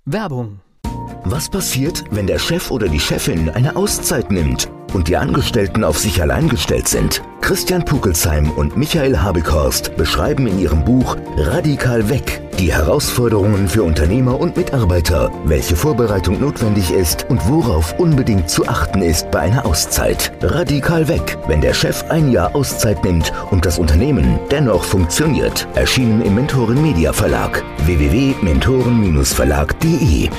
Werbung. Was passiert, wenn der Chef oder die Chefin eine Auszeit nimmt und die Angestellten auf sich allein gestellt sind? Christian Pukelsheim und Michael Habekhorst beschreiben in ihrem Buch Radikal weg die Herausforderungen für Unternehmer und Mitarbeiter, welche Vorbereitung notwendig ist und worauf unbedingt zu achten ist bei einer Auszeit. Radikal weg, wenn der Chef ein Jahr Auszeit nimmt und das Unternehmen dennoch funktioniert. Erschienen im Mentoren Media Verlag. www.mentoren-verlag.de.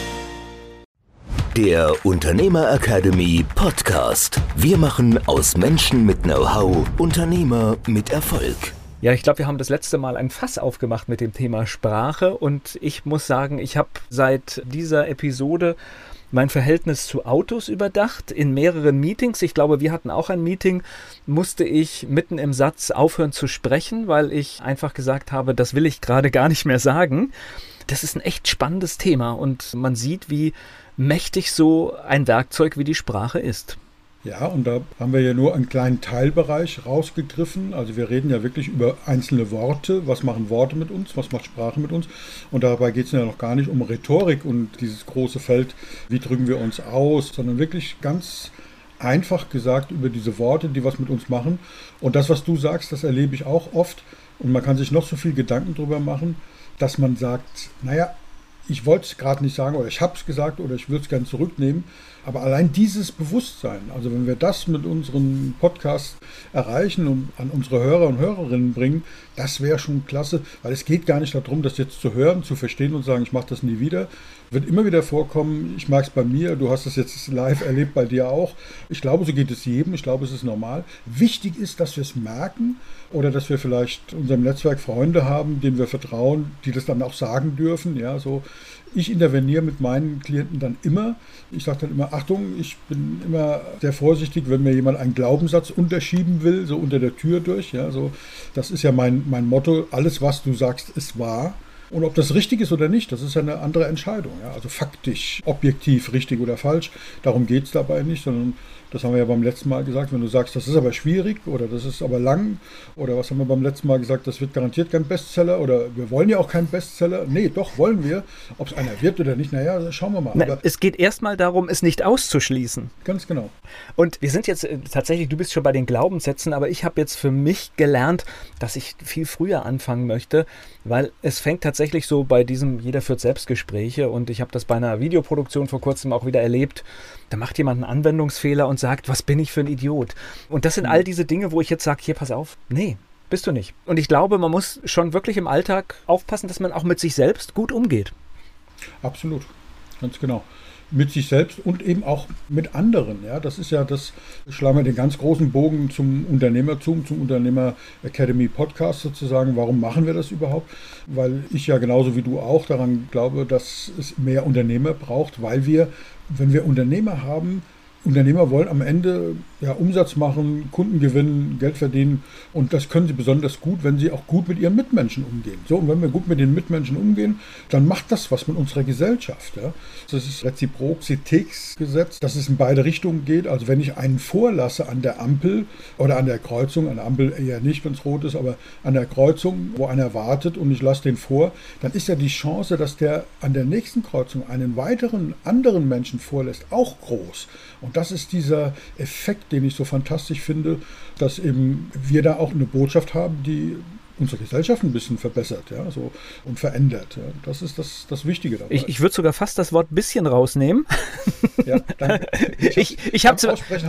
Der Unternehmer Academy Podcast. Wir machen aus Menschen mit Know-how Unternehmer mit Erfolg. Ja, ich glaube, wir haben das letzte Mal ein Fass aufgemacht mit dem Thema Sprache und ich muss sagen, ich habe seit dieser Episode mein Verhältnis zu Autos überdacht in mehreren Meetings. Ich glaube, wir hatten auch ein Meeting, musste ich mitten im Satz aufhören zu sprechen, weil ich einfach gesagt habe, das will ich gerade gar nicht mehr sagen. Das ist ein echt spannendes Thema und man sieht, wie mächtig so ein Werkzeug wie die Sprache ist. Ja, und da haben wir ja nur einen kleinen Teilbereich rausgegriffen. Also wir reden ja wirklich über einzelne Worte. Was machen Worte mit uns? Was macht Sprache mit uns? Und dabei geht es ja noch gar nicht um Rhetorik und dieses große Feld, wie drücken wir uns aus, sondern wirklich ganz einfach gesagt über diese Worte, die was mit uns machen. Und das, was du sagst, das erlebe ich auch oft. Und man kann sich noch so viel Gedanken drüber machen, dass man sagt, naja, ich wollte es gerade nicht sagen oder ich habe es gesagt oder ich würde es gerne zurücknehmen. Aber allein dieses Bewusstsein, also wenn wir das mit unserem Podcast erreichen und an unsere Hörer und Hörerinnen bringen, das wäre schon klasse, weil es geht gar nicht darum, das jetzt zu hören, zu verstehen und sagen, ich mache das nie wieder. Wird immer wieder vorkommen, ich mag es bei mir, du hast es jetzt live erlebt, bei dir auch. Ich glaube, so geht es jedem, ich glaube, es ist normal. Wichtig ist, dass wir es merken oder dass wir vielleicht in unserem Netzwerk Freunde haben, denen wir vertrauen, die das dann auch sagen dürfen. Ja, so. Ich interveniere mit meinen Klienten dann immer. Ich sage dann immer, Achtung, ich bin immer sehr vorsichtig, wenn mir jemand einen Glaubenssatz unterschieben will, so unter der Tür durch. Ja, so. Das ist ja mein Motto, alles, was du sagst, ist wahr. Und ob das richtig ist oder nicht, das ist ja eine andere Entscheidung. Ja? Also faktisch, objektiv, richtig oder falsch, darum geht es dabei nicht, sondern das haben wir ja beim letzten Mal gesagt, wenn du sagst, das ist aber schwierig oder das ist aber lang oder was haben wir beim letzten Mal gesagt, das wird garantiert kein Bestseller oder wir wollen ja auch keinen Bestseller. Nee, doch wollen wir. Ob es einer wird oder nicht, naja, schauen wir mal. Aber es geht erstmal darum, es nicht auszuschließen. Ganz genau. Und wir sind jetzt tatsächlich, du bist schon bei den Glaubenssätzen, aber ich habe jetzt für mich gelernt, dass ich viel früher anfangen möchte, weil es fängt tatsächlich so bei diesem Jeder führt Selbstgespräche und ich habe das bei einer Videoproduktion vor kurzem auch wieder erlebt. Da macht jemand einen Anwendungsfehler und sagt, was bin ich für ein Idiot? Und das sind all diese Dinge, wo ich jetzt sage, hier, pass auf, nee, bist du nicht. Und ich glaube, man muss schon wirklich im Alltag aufpassen, dass man auch mit sich selbst gut umgeht. Absolut, ganz genau. Mit sich selbst und eben auch mit anderen. Ja, das ist ja das, schlagen wir den ganz großen Bogen zum Unternehmertum, zum Unternehmer Academy Podcast sozusagen. Warum machen wir das überhaupt? Weil ich ja genauso wie du auch daran glaube, dass es mehr Unternehmer braucht, weil wir, wenn wir Unternehmer haben, Unternehmer wollen am Ende ja, Umsatz machen, Kunden gewinnen, Geld verdienen und das können sie besonders gut, wenn sie auch gut mit ihren Mitmenschen umgehen. So, und wenn wir gut mit den Mitmenschen umgehen, dann macht das was mit unserer Gesellschaft. Ja. Das ist Reziprozitätsgesetz, dass es in beide Richtungen geht. Also wenn ich einen vorlasse an der Ampel oder an der Kreuzung, an der Ampel eher nicht, wenn es rot ist, aber an der Kreuzung, wo einer wartet und ich lasse den vor, dann ist ja die Chance, dass der an der nächsten Kreuzung einen weiteren anderen Menschen vorlässt, auch groß. Und das ist dieser Effekt, den ich so fantastisch finde, dass eben wir da auch eine Botschaft haben, die unsere Gesellschaft ein bisschen verbessert, ja, so, und verändert. Ja. Das ist das Wichtige dabei. Ich würde sogar fast das Wort bisschen rausnehmen. Ja, danke. Ich habe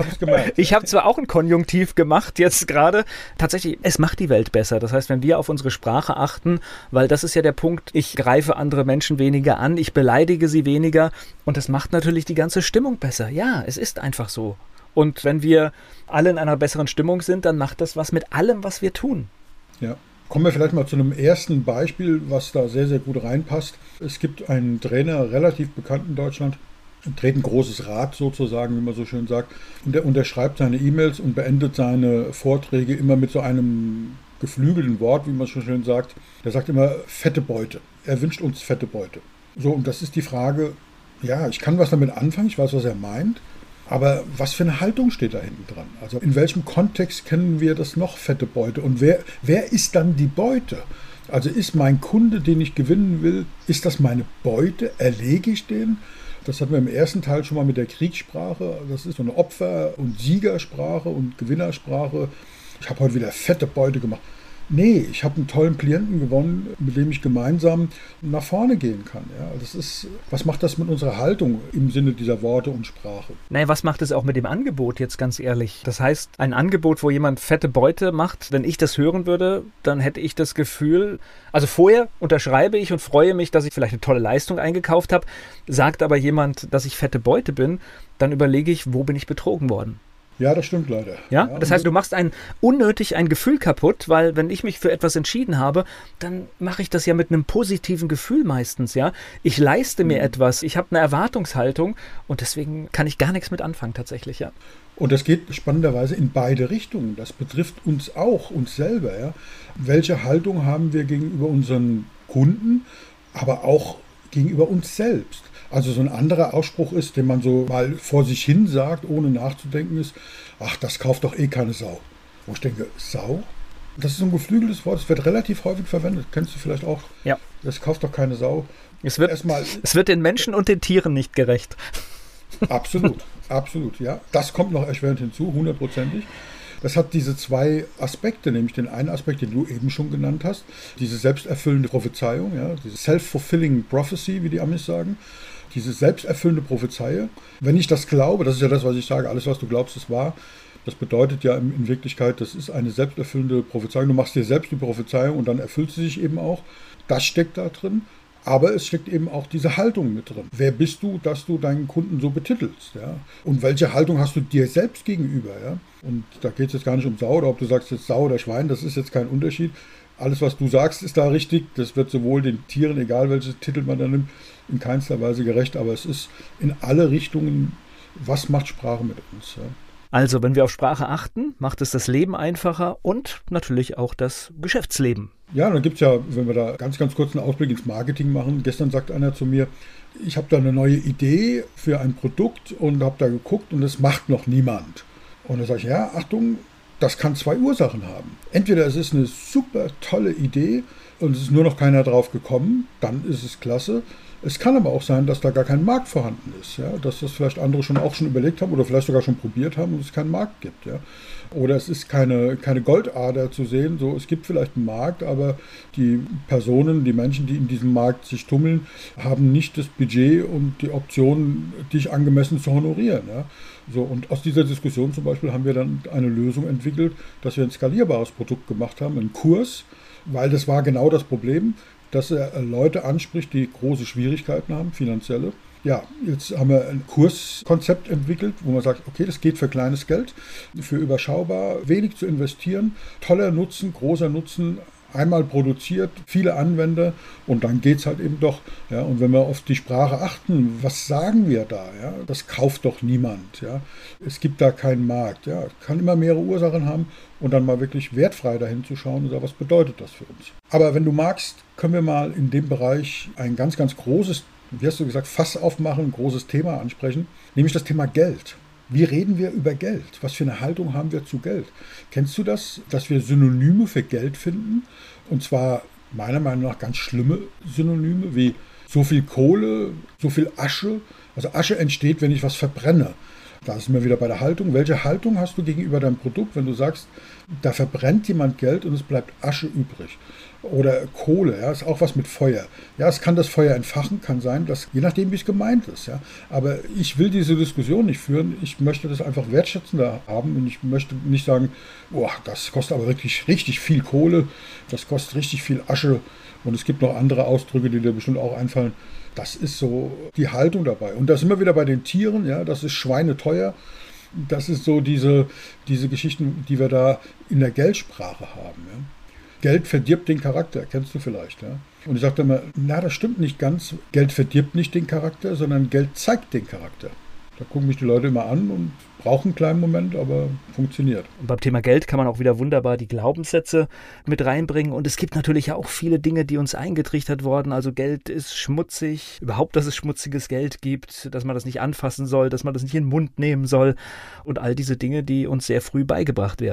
zwar auch ein Konjunktiv gemacht jetzt gerade. Tatsächlich, es macht die Welt besser. Das heißt, wenn wir auf unsere Sprache achten, weil das ist ja der Punkt, ich greife andere Menschen weniger an, ich beleidige sie weniger und das macht natürlich die ganze Stimmung besser. Ja, es ist einfach so. Und wenn wir alle in einer besseren Stimmung sind, dann macht das was mit allem, was wir tun. Ja. Kommen wir vielleicht mal zu einem ersten Beispiel, was da sehr, sehr gut reinpasst. Es gibt einen Trainer, relativ bekannt in Deutschland, dreht ein großes Rad sozusagen, wie man so schön sagt. Und der unterschreibt seine E-Mails und beendet seine Vorträge immer mit so einem geflügelten Wort, wie man so schön sagt. Der sagt immer fette Beute. Er wünscht uns fette Beute. So, und das ist die Frage, ja, ich kann was damit anfangen, ich weiß, was er meint. Aber was für eine Haltung steht da hinten dran? Also in welchem Kontext kennen wir das noch, fette Beute? Und wer ist dann die Beute? Also ist mein Kunde, den ich gewinnen will, ist das meine Beute? Erlege ich den? Das hatten wir im ersten Teil schon mal mit der Kriegssprache. Das ist so eine Opfer- und Siegersprache und Gewinnersprache. Ich habe heute wieder fette Beute gemacht. Nee, ich habe einen tollen Klienten gewonnen, mit dem ich gemeinsam nach vorne gehen kann. Ja, was macht das mit unserer Haltung im Sinne dieser Worte und Sprache? Naja, was macht es auch mit dem Angebot jetzt ganz ehrlich? Das heißt, ein Angebot, wo jemand fette Beute macht, wenn ich das hören würde, dann hätte ich das Gefühl, also vorher unterschreibe ich und freue mich, dass ich vielleicht eine tolle Leistung eingekauft habe, sagt aber jemand, dass ich fette Beute bin, dann überlege ich, wo bin ich betrogen worden? Ja, das stimmt leider. Ja, das heißt, du machst unnötig ein Gefühl kaputt, weil wenn ich mich für etwas entschieden habe, dann mache ich das ja mit einem positiven Gefühl meistens, ja. Ich leiste mir etwas, ich habe eine Erwartungshaltung und deswegen kann ich gar nichts mit anfangen tatsächlich, ja. Und das geht spannenderweise in beide Richtungen. Das betrifft uns auch, uns selber, ja. Welche Haltung haben wir gegenüber unseren Kunden, aber auch gegenüber uns selbst? Also so ein anderer Ausspruch ist, den man so mal vor sich hin sagt, ohne nachzudenken, ist, ach, das kauft doch eh keine Sau. Wo ich denke, Sau? Das ist so ein geflügeltes Wort, es wird relativ häufig verwendet. Kennst du vielleicht auch? Ja. Das kauft doch keine Sau. Es wird den Menschen und den Tieren nicht gerecht. Absolut, absolut, ja. Das kommt noch erschwerend hinzu, 100%. Das hat diese zwei Aspekte, nämlich den einen Aspekt, den du eben schon genannt hast, diese selbsterfüllende Prophezeiung, ja, diese self-fulfilling prophecy, wie die Amis sagen, diese selbsterfüllende Prophezeiung. Wenn ich das glaube, das ist ja das, was ich sage, alles, was du glaubst, ist wahr. Das bedeutet ja in Wirklichkeit, das ist eine selbsterfüllende Prophezeiung. Du machst dir selbst die Prophezeiung und dann erfüllt sie sich eben auch. Das steckt da drin. Aber es steckt eben auch diese Haltung mit drin. Wer bist du, dass du deinen Kunden so betitelst? Ja? Und welche Haltung hast du dir selbst gegenüber? Ja? Und da geht es jetzt gar nicht um Sau oder ob du sagst jetzt Sau oder Schwein, das ist jetzt kein Unterschied. Alles, was du sagst, ist da richtig. Das wird sowohl den Tieren, egal welches Titel man da nimmt, in keinster Weise gerecht. Aber es ist in alle Richtungen, was macht Sprache mit uns? Ja? Also, wenn wir auf Sprache achten, macht es das Leben einfacher und natürlich auch das Geschäftsleben. Ja, dann gibt es ja, wenn wir da ganz, ganz kurz einen Ausblick ins Marketing machen. Gestern sagt einer zu mir, ich habe da eine neue Idee für ein Produkt und habe da geguckt und das macht noch niemand. Und da sage ich, ja, Achtung, das kann zwei Ursachen haben. Entweder es ist eine super tolle Idee und es ist nur noch keiner drauf gekommen, dann ist es klasse. Es kann aber auch sein, dass da gar kein Markt vorhanden ist, ja? Dass das vielleicht andere auch schon überlegt haben oder vielleicht sogar schon probiert haben und es keinen Markt gibt. Ja? Oder es ist keine Goldader zu sehen, so es gibt vielleicht einen Markt, aber die Personen, die Menschen, die in diesem Markt sich tummeln, haben nicht das Budget und die Optionen, dich angemessen zu honorieren. Ja? So, und aus dieser Diskussion zum Beispiel haben wir dann eine Lösung entwickelt, dass wir ein skalierbares Produkt gemacht haben, einen Kurs, weil das war genau das Problem, dass er Leute anspricht, die große Schwierigkeiten haben, finanzielle. Ja, jetzt haben wir ein Kurskonzept entwickelt, wo man sagt, okay, das geht für kleines Geld, für überschaubar, wenig zu investieren, toller Nutzen, großer Nutzen, einmal produziert, viele Anwender und dann geht es halt eben doch. Ja, und wenn wir auf die Sprache achten, was sagen wir da? Ja? Das kauft doch niemand. Ja? Es gibt da keinen Markt. Ja? Kann immer mehrere Ursachen haben und dann mal wirklich wertfrei dahin zu schauen und sagen, was bedeutet das für uns? Aber wenn du magst, können wir mal in dem Bereich ein ganz, ganz großes, wie hast du gesagt, Fass aufmachen, ein großes Thema ansprechen, nämlich das Thema Geld. Wie reden wir über Geld? Was für eine Haltung haben wir zu Geld? Kennst du das, dass wir Synonyme für Geld finden? Und zwar meiner Meinung nach ganz schlimme Synonyme wie so viel Kohle, so viel Asche. Also Asche entsteht, wenn ich was verbrenne. Da sind wir wieder bei der Haltung. Welche Haltung hast du gegenüber deinem Produkt, wenn du sagst, da verbrennt jemand Geld und es bleibt Asche übrig? Oder Kohle, ja, ist auch was mit Feuer. Ja, es kann das Feuer entfachen, kann sein, dass, je nachdem, wie es gemeint ist. Ja. Aber ich will diese Diskussion nicht führen. Ich möchte das einfach wertschätzender haben und ich möchte nicht sagen, boah, das kostet aber wirklich richtig viel Kohle, das kostet richtig viel Asche und es gibt noch andere Ausdrücke, die dir bestimmt auch einfallen. Das ist so die Haltung dabei. Und da sind wir wieder bei den Tieren, ja, das ist schweineteuer. Das ist so diese Geschichten, die wir da in der Geldsprache haben. Ja. Geld verdirbt den Charakter, kennst du vielleicht. Ja? Und ich sagte immer, na, das stimmt nicht ganz. Geld verdirbt nicht den Charakter, sondern Geld zeigt den Charakter. Da gucken mich die Leute immer an und brauchen einen kleinen Moment, aber funktioniert. Und beim Thema Geld kann man auch wieder wunderbar die Glaubenssätze mit reinbringen. Und es gibt natürlich auch viele Dinge, die uns eingetrichtert wurden. Also Geld ist schmutzig. Überhaupt, dass es schmutziges Geld gibt, dass man das nicht anfassen soll, dass man das nicht in den Mund nehmen soll. Und all diese Dinge, die uns sehr früh beigebracht werden.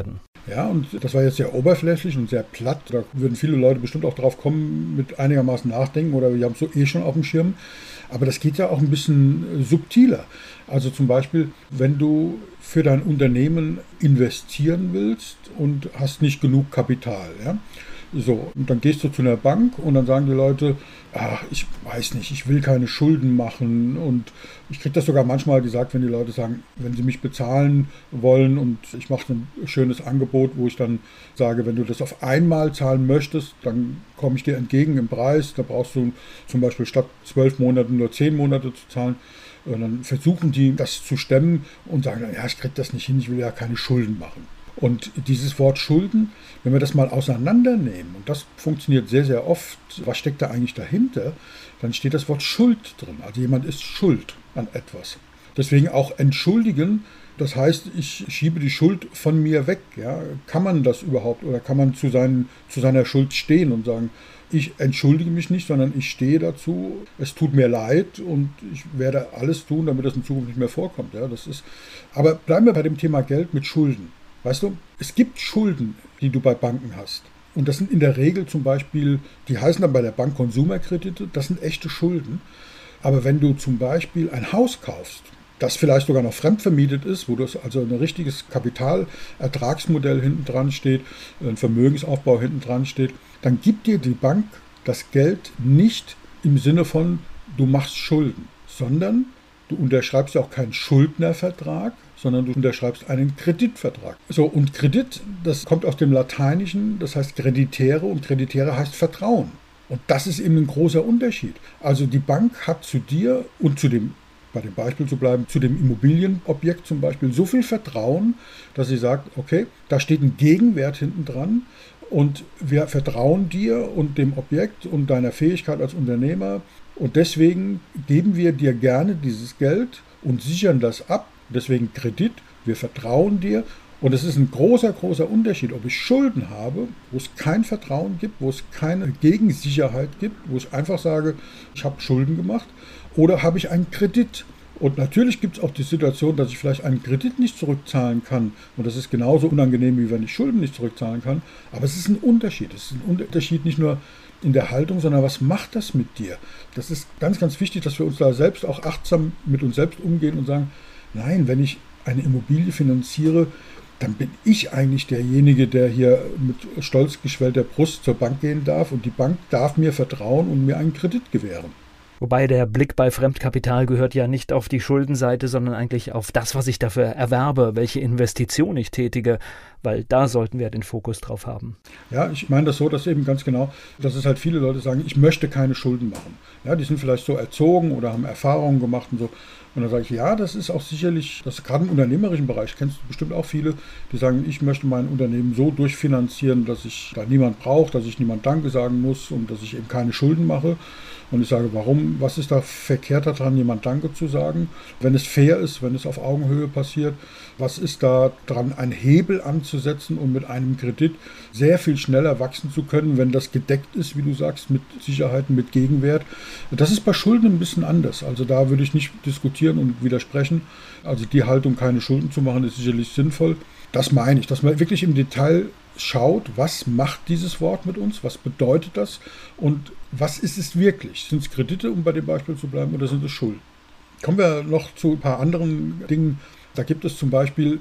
Ja, und das war jetzt sehr oberflächlich und sehr platt. Da würden viele Leute bestimmt auch drauf kommen, mit einigermaßen nachdenken oder wir haben es so schon auf dem Schirm. Aber das geht ja auch ein bisschen subtiler. Also zum Beispiel, wenn du für dein Unternehmen investieren willst und hast nicht genug Kapital, ja, so, und dann gehst du zu einer Bank und dann sagen die Leute, ich weiß nicht, ich will keine Schulden machen. Und ich kriege das sogar manchmal gesagt, wenn die Leute sagen, wenn sie mich bezahlen wollen und ich mache ein schönes Angebot, wo ich dann sage, wenn du das auf einmal zahlen möchtest, dann komme ich dir entgegen im Preis. Da brauchst du zum Beispiel statt 12 Monaten nur 10 Monate zu zahlen. Und dann versuchen die das zu stemmen und sagen, ja, ich kriege das nicht hin, ich will ja keine Schulden machen. Und dieses Wort Schulden, wenn wir das mal auseinandernehmen, und das funktioniert sehr, sehr oft, was steckt da eigentlich dahinter, dann steht das Wort Schuld drin. Also jemand ist schuld an etwas. Deswegen auch entschuldigen, das heißt, ich schiebe die Schuld von mir weg. Ja? Kann man das überhaupt oder kann man zu seiner Schuld stehen und sagen, ich entschuldige mich nicht, sondern ich stehe dazu, es tut mir leid und ich werde alles tun, damit das in Zukunft nicht mehr vorkommt. Ja? Aber bleiben wir bei dem Thema Geld mit Schulden. Weißt du, es gibt Schulden, die du bei Banken hast. Und das sind in der Regel zum Beispiel, die heißen dann bei der Bank Konsumerkredite, das sind echte Schulden. Aber wenn du zum Beispiel ein Haus kaufst, das vielleicht sogar noch fremdvermietet ist, wo das also ein richtiges Kapitalertragsmodell hinten dran steht, ein Vermögensaufbau hinten dran steht, dann gibt dir die Bank das Geld nicht im Sinne von, du machst Schulden, sondern du unterschreibst ja auch keinen Schuldnervertrag, sondern du unterschreibst einen Kreditvertrag. So, und Kredit, das kommt aus dem Lateinischen, das heißt Kreditäre und Kreditäre heißt Vertrauen. Und das ist eben ein großer Unterschied. Also die Bank hat zu dir und bei dem Beispiel zu bleiben, zu dem Immobilienobjekt zum Beispiel so viel Vertrauen, dass sie sagt, okay, da steht ein Gegenwert hinten dran und wir vertrauen dir und dem Objekt und deiner Fähigkeit als Unternehmer und deswegen geben wir dir gerne dieses Geld und sichern das ab. Deswegen Kredit, wir vertrauen dir. Und es ist ein großer, großer Unterschied, ob ich Schulden habe, wo es kein Vertrauen gibt, wo es keine Gegensicherheit gibt, wo ich einfach sage, ich habe Schulden gemacht, oder habe ich einen Kredit. Und natürlich gibt es auch die Situation, dass ich vielleicht einen Kredit nicht zurückzahlen kann. Und das ist genauso unangenehm, wie wenn ich Schulden nicht zurückzahlen kann. Aber es ist ein Unterschied. Es ist ein Unterschied nicht nur in der Haltung, sondern was macht das mit dir? Das ist ganz, ganz wichtig, dass wir uns da selbst auch achtsam mit uns selbst umgehen und sagen, nein, wenn ich eine Immobilie finanziere, dann bin ich eigentlich derjenige, der hier mit stolz geschwellter Brust zur Bank gehen darf und die Bank darf mir vertrauen und mir einen Kredit gewähren. Wobei der Blick bei Fremdkapital gehört ja nicht auf die Schuldenseite, sondern eigentlich auf das, was ich dafür erwerbe, welche Investition ich tätige, weil da sollten wir den Fokus drauf haben. Ja, ich meine das so, dass eben ganz genau, dass es halt viele Leute sagen, ich möchte keine Schulden machen. Ja, die sind vielleicht so erzogen oder haben Erfahrungen gemacht und so. Und dann sage ich, ja, das ist auch sicherlich, das gerade im unternehmerischen Bereich, kennst du bestimmt auch viele, die sagen, ich möchte mein Unternehmen so durchfinanzieren, dass ich da niemand brauche, dass ich niemand Danke sagen muss und dass ich eben keine Schulden mache. Und ich sage, warum, was ist da verkehrt daran, jemand Danke zu sagen, wenn es fair ist, wenn es auf Augenhöhe passiert? Was ist da dran, einen Hebel anzusetzen und mit einem Kredit sehr viel schneller wachsen zu können, wenn das gedeckt ist, wie du sagst, mit Sicherheiten, mit Gegenwert? Das ist bei Schulden ein bisschen anders. Also da würde ich nicht diskutieren und widersprechen. Also die Haltung, keine Schulden zu machen, ist sicherlich sinnvoll. Das meine ich, dass man wirklich im Detail schaut, was macht dieses Wort mit uns, was bedeutet das und was ist es wirklich? Sind es Kredite, um bei dem Beispiel zu bleiben, oder sind es Schulden? Kommen wir noch zu ein paar anderen Dingen. Da gibt es zum Beispiel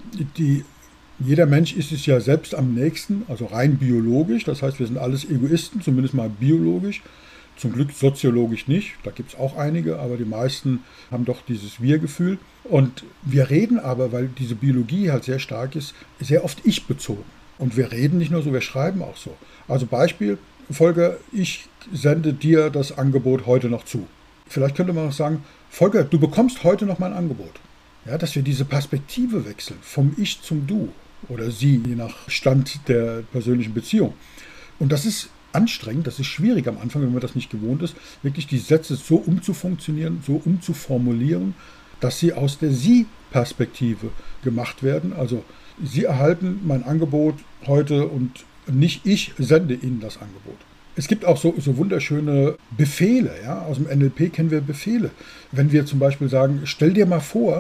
jeder Mensch ist es ja selbst am nächsten, also rein biologisch. Das heißt, wir sind alles Egoisten, zumindest mal biologisch. Zum Glück soziologisch nicht. Da gibt es auch einige, aber die meisten haben doch dieses Wir-Gefühl. Und wir reden aber, weil diese Biologie halt sehr stark ist, sehr oft ich-bezogen. Und wir reden nicht nur so, wir schreiben auch so. Also Beispiel, Volker, ich sende dir das Angebot heute noch zu. Vielleicht könnte man auch sagen, Volker, du bekommst heute noch mein Angebot. Ja, dass wir diese Perspektive wechseln, vom Ich zum Du oder Sie, je nach Stand der persönlichen Beziehung. Und das ist anstrengend, das ist schwierig am Anfang, wenn man das nicht gewohnt ist, wirklich die Sätze so umzufunktionieren, so umzuformulieren, dass sie aus der Sie-Perspektive gemacht werden. Also Sie erhalten mein Angebot heute und nicht ich sende Ihnen das Angebot. Es gibt auch so wunderschöne Befehle. Ja? Aus dem NLP kennen wir Befehle. Wenn wir zum Beispiel sagen, stell dir mal vor,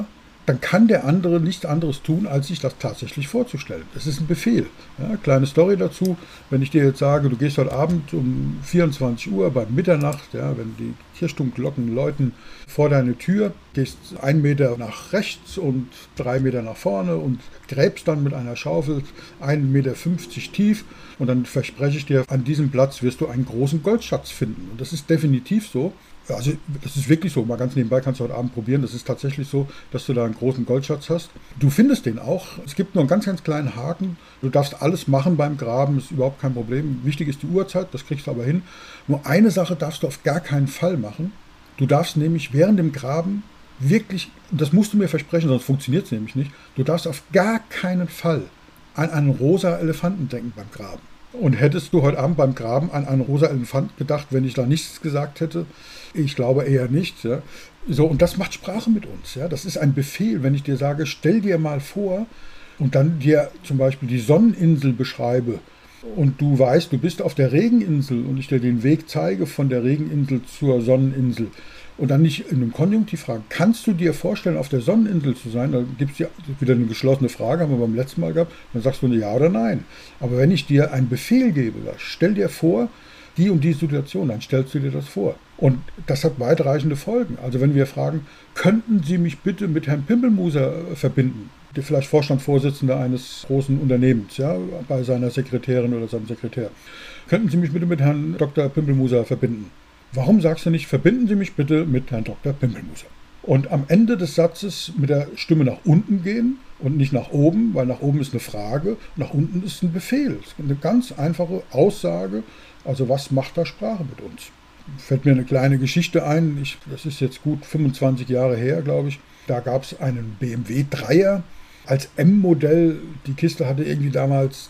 dann kann der andere nichts anderes tun, als sich das tatsächlich vorzustellen. Das ist ein Befehl. Ja, kleine Story dazu, wenn ich dir jetzt sage, du gehst heute Abend um 24 Uhr bei Mitternacht, ja, wenn die Kirchturmglocken läuten vor deine Tür, gehst 1 Meter nach rechts und 3 Meter nach vorne und gräbst dann mit einer Schaufel 1,50 Meter tief und dann verspreche ich dir, an diesem Platz wirst du einen großen Goldschatz finden. Und das ist definitiv so. Also das ist wirklich so, mal ganz nebenbei kannst du heute Abend probieren, das ist tatsächlich so, dass du da einen großen Goldschatz hast. Du findest den auch, es gibt nur einen ganz, ganz kleinen Haken, du darfst alles machen beim Graben, ist überhaupt kein Problem. Wichtig ist die Uhrzeit, das kriegst du aber hin. Nur eine Sache darfst du auf gar keinen Fall machen, du darfst nämlich während dem Graben wirklich, das musst du mir versprechen, sonst funktioniert es nämlich nicht, du darfst auf gar keinen Fall an einen rosa Elefanten denken beim Graben. Und hättest du heute Abend beim Graben an einen rosa Elefant gedacht, wenn ich da nichts gesagt hätte? Ich glaube eher nicht. Ja. So, und das macht Sprache mit uns. Ja. Das ist ein Befehl, wenn ich dir sage, stell dir mal vor und dann dir zum Beispiel die Sonneninsel beschreibe und du weißt, du bist auf der Regeninsel und ich dir den Weg zeige von der Regeninsel zur Sonneninsel und dann nicht in einem Konjunktiv fragen, kannst du dir vorstellen, auf der Sonneninsel zu sein? Da gibt es ja wieder eine geschlossene Frage, haben wir beim letzten Mal gehabt, dann sagst du eine Ja oder Nein. Aber wenn ich dir einen Befehl gebe, stell dir vor, die und die Situation, dann stellst du dir das vor. Und das hat weitreichende Folgen. Also wenn wir fragen, könnten Sie mich bitte mit Herrn Pimpelmuser verbinden? Der vielleicht Vorstandsvorsitzender eines großen Unternehmens, ja, bei seiner Sekretärin oder seinem Sekretär. Könnten Sie mich bitte mit Herrn Dr. Pimpelmuser verbinden? Warum sagst du nicht, verbinden Sie mich bitte mit Herrn Dr. Pimpelmuser? Und am Ende des Satzes mit der Stimme nach unten gehen und nicht nach oben, weil nach oben ist eine Frage, nach unten ist ein Befehl. Es ist eine ganz einfache Aussage. Also was macht da Sprache mit uns? Fällt mir eine kleine Geschichte ein. Das ist jetzt gut 25 Jahre her, glaube ich. Da gab es einen BMW 3er als M-Modell. Die Kiste hatte irgendwie damals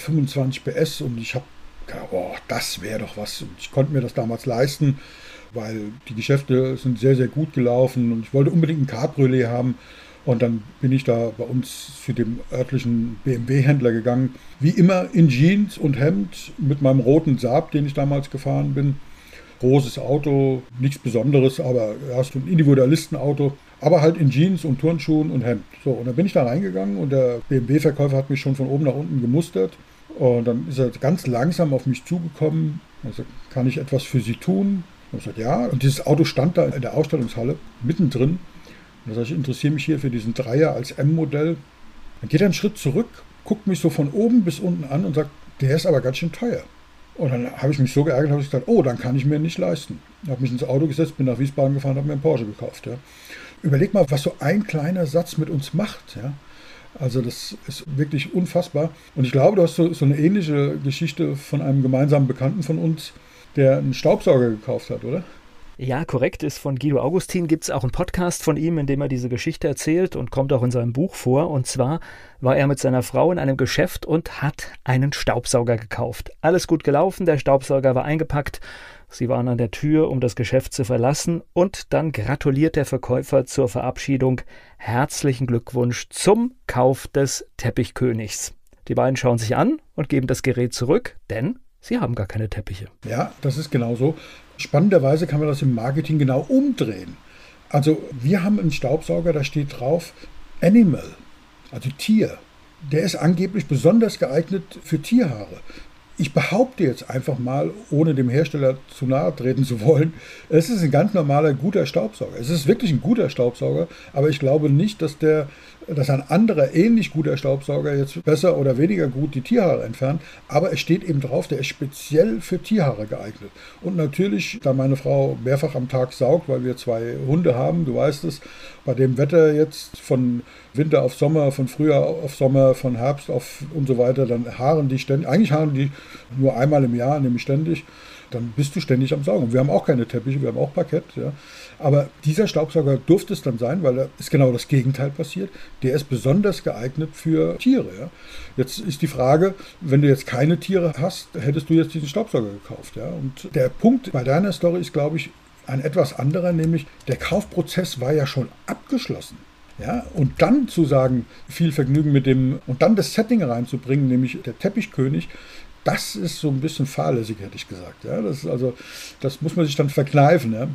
325 PS und ich habe gedacht, oh, das wäre doch was. Und ich konnte mir das damals leisten, weil die Geschäfte sind sehr, sehr gut gelaufen und ich wollte unbedingt ein Cabriolet haben. Und dann bin ich da bei uns zu dem örtlichen BMW-Händler gegangen. Wie immer in Jeans und Hemd mit meinem roten Saab, den ich damals gefahren bin. Großes Auto, nichts Besonderes, aber ja, so ein Individualistenauto. Aber halt in Jeans und Turnschuhen und Hemd. So, und dann bin ich da reingegangen und der BMW-Verkäufer hat mich schon von oben nach unten gemustert. Und dann ist er ganz langsam auf mich zugekommen. Also, kann ich etwas für Sie tun? Und ich sagte, ja. Und dieses Auto stand da in der Ausstellungshalle, mittendrin. Und da sage ich, ich interessiere mich hier für diesen Dreier als M-Modell. Dann geht er einen Schritt zurück, guckt mich so von oben bis unten an und sagt, der ist aber ganz schön teuer. Und dann habe ich mich so geärgert, habe ich gesagt, oh, dann kann ich mir nicht leisten. Ich habe mich ins Auto gesetzt, bin nach Wiesbaden gefahren, habe mir einen Porsche gekauft. Ja. Überleg mal, was so ein kleiner Satz mit uns macht. Ja. Also das ist wirklich unfassbar. Und ich glaube, du hast so eine ähnliche Geschichte von einem gemeinsamen Bekannten von uns, der einen Staubsauger gekauft hat, oder? Ja, korrekt, ist von Guido Augustin, gibt es auch einen Podcast von ihm, in dem er diese Geschichte erzählt und kommt auch in seinem Buch vor. Und zwar war er mit seiner Frau in einem Geschäft und hat einen Staubsauger gekauft. Alles gut gelaufen, der Staubsauger war eingepackt. Sie waren an der Tür, um das Geschäft zu verlassen und dann gratuliert der Verkäufer zur Verabschiedung. Herzlichen Glückwunsch zum Kauf des Teppichkönigs. Die beiden schauen sich an und geben das Gerät zurück, denn sie haben gar keine Teppiche. Ja, das ist genau so. Spannenderweise kann man das im Marketing genau umdrehen. Also wir haben einen Staubsauger, da steht drauf Animal, also Tier. Der ist angeblich besonders geeignet für Tierhaare. Ich behaupte jetzt einfach mal, ohne dem Hersteller zu nahe treten zu wollen, es ist ein ganz normaler, guter Staubsauger. Es ist wirklich ein guter Staubsauger, aber ich glaube nicht, dass ein anderer ähnlich guter Staubsauger jetzt besser oder weniger gut die Tierhaare entfernt. Aber es steht eben drauf, der ist speziell für Tierhaare geeignet. Und natürlich, da meine Frau mehrfach am Tag saugt, weil wir 2 Hunde haben, du weißt es, bei dem Wetter jetzt von Winter auf Sommer, von Frühjahr auf Sommer, von Herbst auf und so weiter, dann haaren die ständig, eigentlich haaren die nur einmal im Jahr, nämlich ständig, dann bist du ständig am Saugen. Wir haben auch keine Teppiche, wir haben auch Parkett, ja. Aber dieser Staubsauger durfte es dann sein, weil da ist genau das Gegenteil passiert. Der ist besonders geeignet für Tiere. Ja. Jetzt ist die Frage, wenn du jetzt keine Tiere hast, hättest du jetzt diesen Staubsauger gekauft. Ja. Und der Punkt bei deiner Story ist, glaube ich, ein etwas anderer, nämlich der Kaufprozess war ja schon abgeschlossen. Ja, und dann zu sagen, viel Vergnügen mit dem, und dann das Setting reinzubringen, nämlich der Teppichkönig, das ist so ein bisschen fahrlässig, hätte ich gesagt. Ja, das muss man sich dann verkneifen. Ja.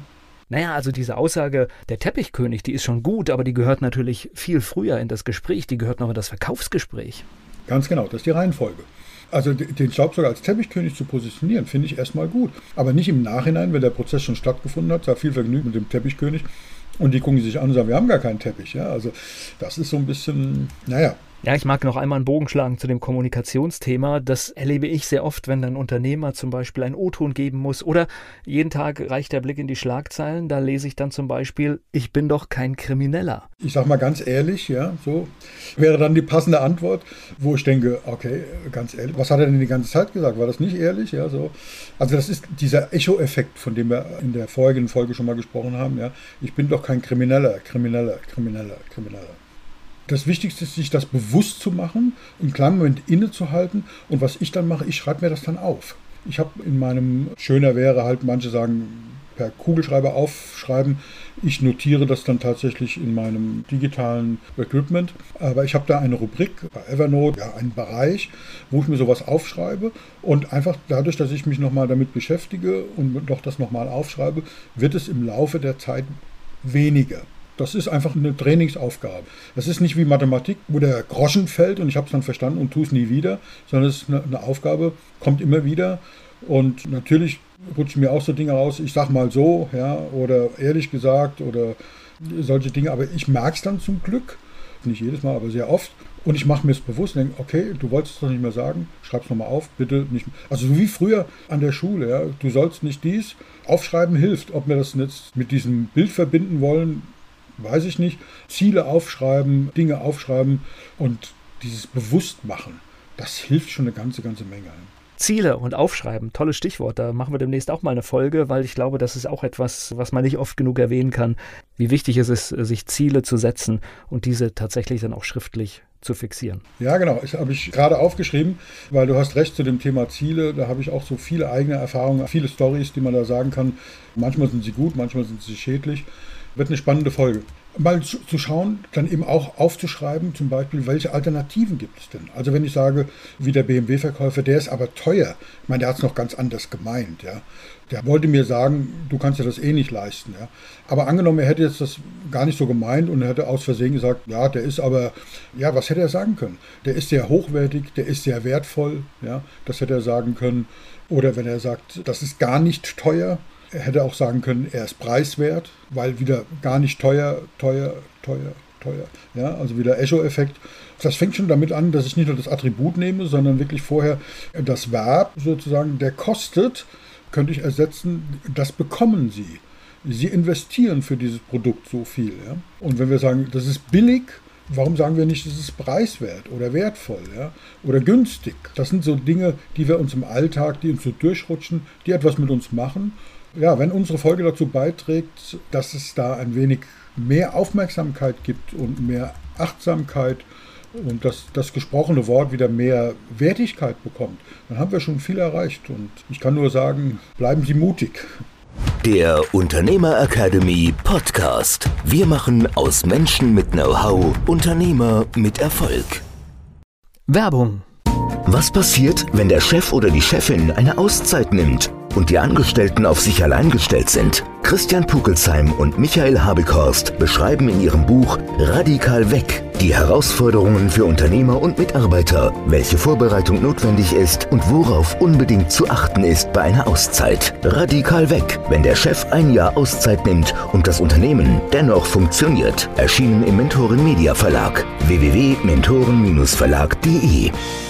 Naja, also diese Aussage, der Teppichkönig, die ist schon gut, aber die gehört natürlich viel früher in das Gespräch, die gehört noch in das Verkaufsgespräch. Ganz genau, das ist die Reihenfolge. Also den Staubsauger als Teppichkönig zu positionieren, finde ich erstmal gut. Aber nicht im Nachhinein, wenn der Prozess schon stattgefunden hat, viel Vergnügen mit dem Teppichkönig. Und die gucken sich an und sagen, wir haben gar keinen Teppich. Ja, also das ist so ein bisschen, naja. Ja, ich mag noch einmal einen Bogen schlagen zu dem Kommunikationsthema. Das erlebe ich sehr oft, wenn ein Unternehmer zum Beispiel einen O-Ton geben muss oder jeden Tag reicht der Blick in die Schlagzeilen. Da lese ich dann zum Beispiel, ich bin doch kein Krimineller. Ich sage mal ganz ehrlich, ja, so wäre dann die passende Antwort, wo ich denke, okay, ganz ehrlich, was hat er denn die ganze Zeit gesagt? War das nicht ehrlich? Ja, so. Also das ist dieser Echo-Effekt, von dem wir in der vorigen Folge schon mal gesprochen haben. Ja. Ich bin doch kein Krimineller. Das Wichtigste ist, sich das bewusst zu machen, einen kleinen Moment innezuhalten. Und was ich dann mache, ich schreibe mir das dann auf. Ich habe in meinem, schöner wäre halt, manche sagen, per Kugelschreiber aufschreiben. Ich notiere das dann tatsächlich in meinem digitalen Equipment. Aber ich habe da eine Rubrik bei Evernote, ja, einen Bereich, wo ich mir sowas aufschreibe. Und einfach dadurch, dass ich mich nochmal damit beschäftige und doch das nochmal aufschreibe, wird es im Laufe der Zeit weniger. Das ist einfach eine Trainingsaufgabe. Das ist nicht wie Mathematik, wo der Groschen fällt und ich habe es dann verstanden und tue es nie wieder, sondern es ist eine Aufgabe, kommt immer wieder. Und natürlich rutschen mir auch so Dinge raus, ich sag mal so, ja, oder ehrlich gesagt oder solche Dinge. Aber ich merke es dann zum Glück, nicht jedes Mal, aber sehr oft. Und ich mache mir es bewusst und denke, okay, du wolltest es doch nicht mehr sagen, schreib es nochmal auf, bitte nicht mehr. Also so wie früher an der Schule, ja, du sollst nicht dies. Aufschreiben hilft. Ob wir das jetzt mit diesem Bild verbinden wollen, weiß ich nicht. Ziele aufschreiben, Dinge aufschreiben und dieses Bewusstmachen, das hilft schon eine ganze Menge. Ziele und Aufschreiben, tolles Stichwort. Da machen wir demnächst auch mal eine Folge, weil ich glaube, das ist auch etwas, was man nicht oft genug erwähnen kann, wie wichtig es ist, sich Ziele zu setzen und diese tatsächlich dann auch schriftlich zu fixieren. Ja, genau. Das habe ich gerade aufgeschrieben, weil du hast recht zu dem Thema Ziele. Da habe ich auch so viele eigene Erfahrungen, viele Storys, die man da sagen kann. Manchmal sind sie gut, manchmal sind sie schädlich. Wird eine spannende Folge. Mal zu schauen, dann eben auch aufzuschreiben, zum Beispiel, welche Alternativen gibt es denn? Also wenn ich sage, wie der BMW-Verkäufer, der ist aber teuer. Ich meine, der hat es noch ganz anders gemeint. Ja. Der wollte mir sagen, du kannst dir das eh nicht leisten. Ja. Aber angenommen, er hätte jetzt das gar nicht so gemeint und er hätte aus Versehen gesagt, ja, der ist aber, ja, was hätte er sagen können? Der ist sehr hochwertig, der ist sehr wertvoll. Ja. Das hätte er sagen können. Oder wenn er sagt, das ist gar nicht teuer. Er hätte auch sagen können, er ist preiswert, weil wieder gar nicht teuer. Ja, also wieder Echo-Effekt. Das fängt schon damit an, dass ich nicht nur das Attribut nehme, sondern wirklich vorher das Verb sozusagen, der kostet, könnte ich ersetzen, das bekommen Sie. Sie investieren für dieses Produkt so viel. Ja? Und wenn wir sagen, das ist billig, warum sagen wir nicht, das ist preiswert oder wertvoll, ja? Oder günstig? Das sind so Dinge, die wir uns im Alltag, die uns so durchrutschen, die etwas mit uns machen. Ja, wenn unsere Folge dazu beiträgt, dass es da ein wenig mehr Aufmerksamkeit gibt und mehr Achtsamkeit und dass das gesprochene Wort wieder mehr Wertigkeit bekommt, dann haben wir schon viel erreicht. Und ich kann nur sagen, bleiben Sie mutig. Der Unternehmer Academy Podcast. Wir machen aus Menschen mit Know-how Unternehmer mit Erfolg. Werbung. Was passiert, wenn der Chef oder die Chefin eine Auszeit nimmt und die Angestellten auf sich allein gestellt sind? Christian Pukelsheim und Michael Habekhorst beschreiben in ihrem Buch Radikal weg die Herausforderungen für Unternehmer und Mitarbeiter, welche Vorbereitung notwendig ist und worauf unbedingt zu achten ist bei einer Auszeit. Radikal weg, wenn der Chef ein Jahr Auszeit nimmt und das Unternehmen dennoch funktioniert. Erschienen im Mentoren Media Verlag. www.mentoren-verlag.de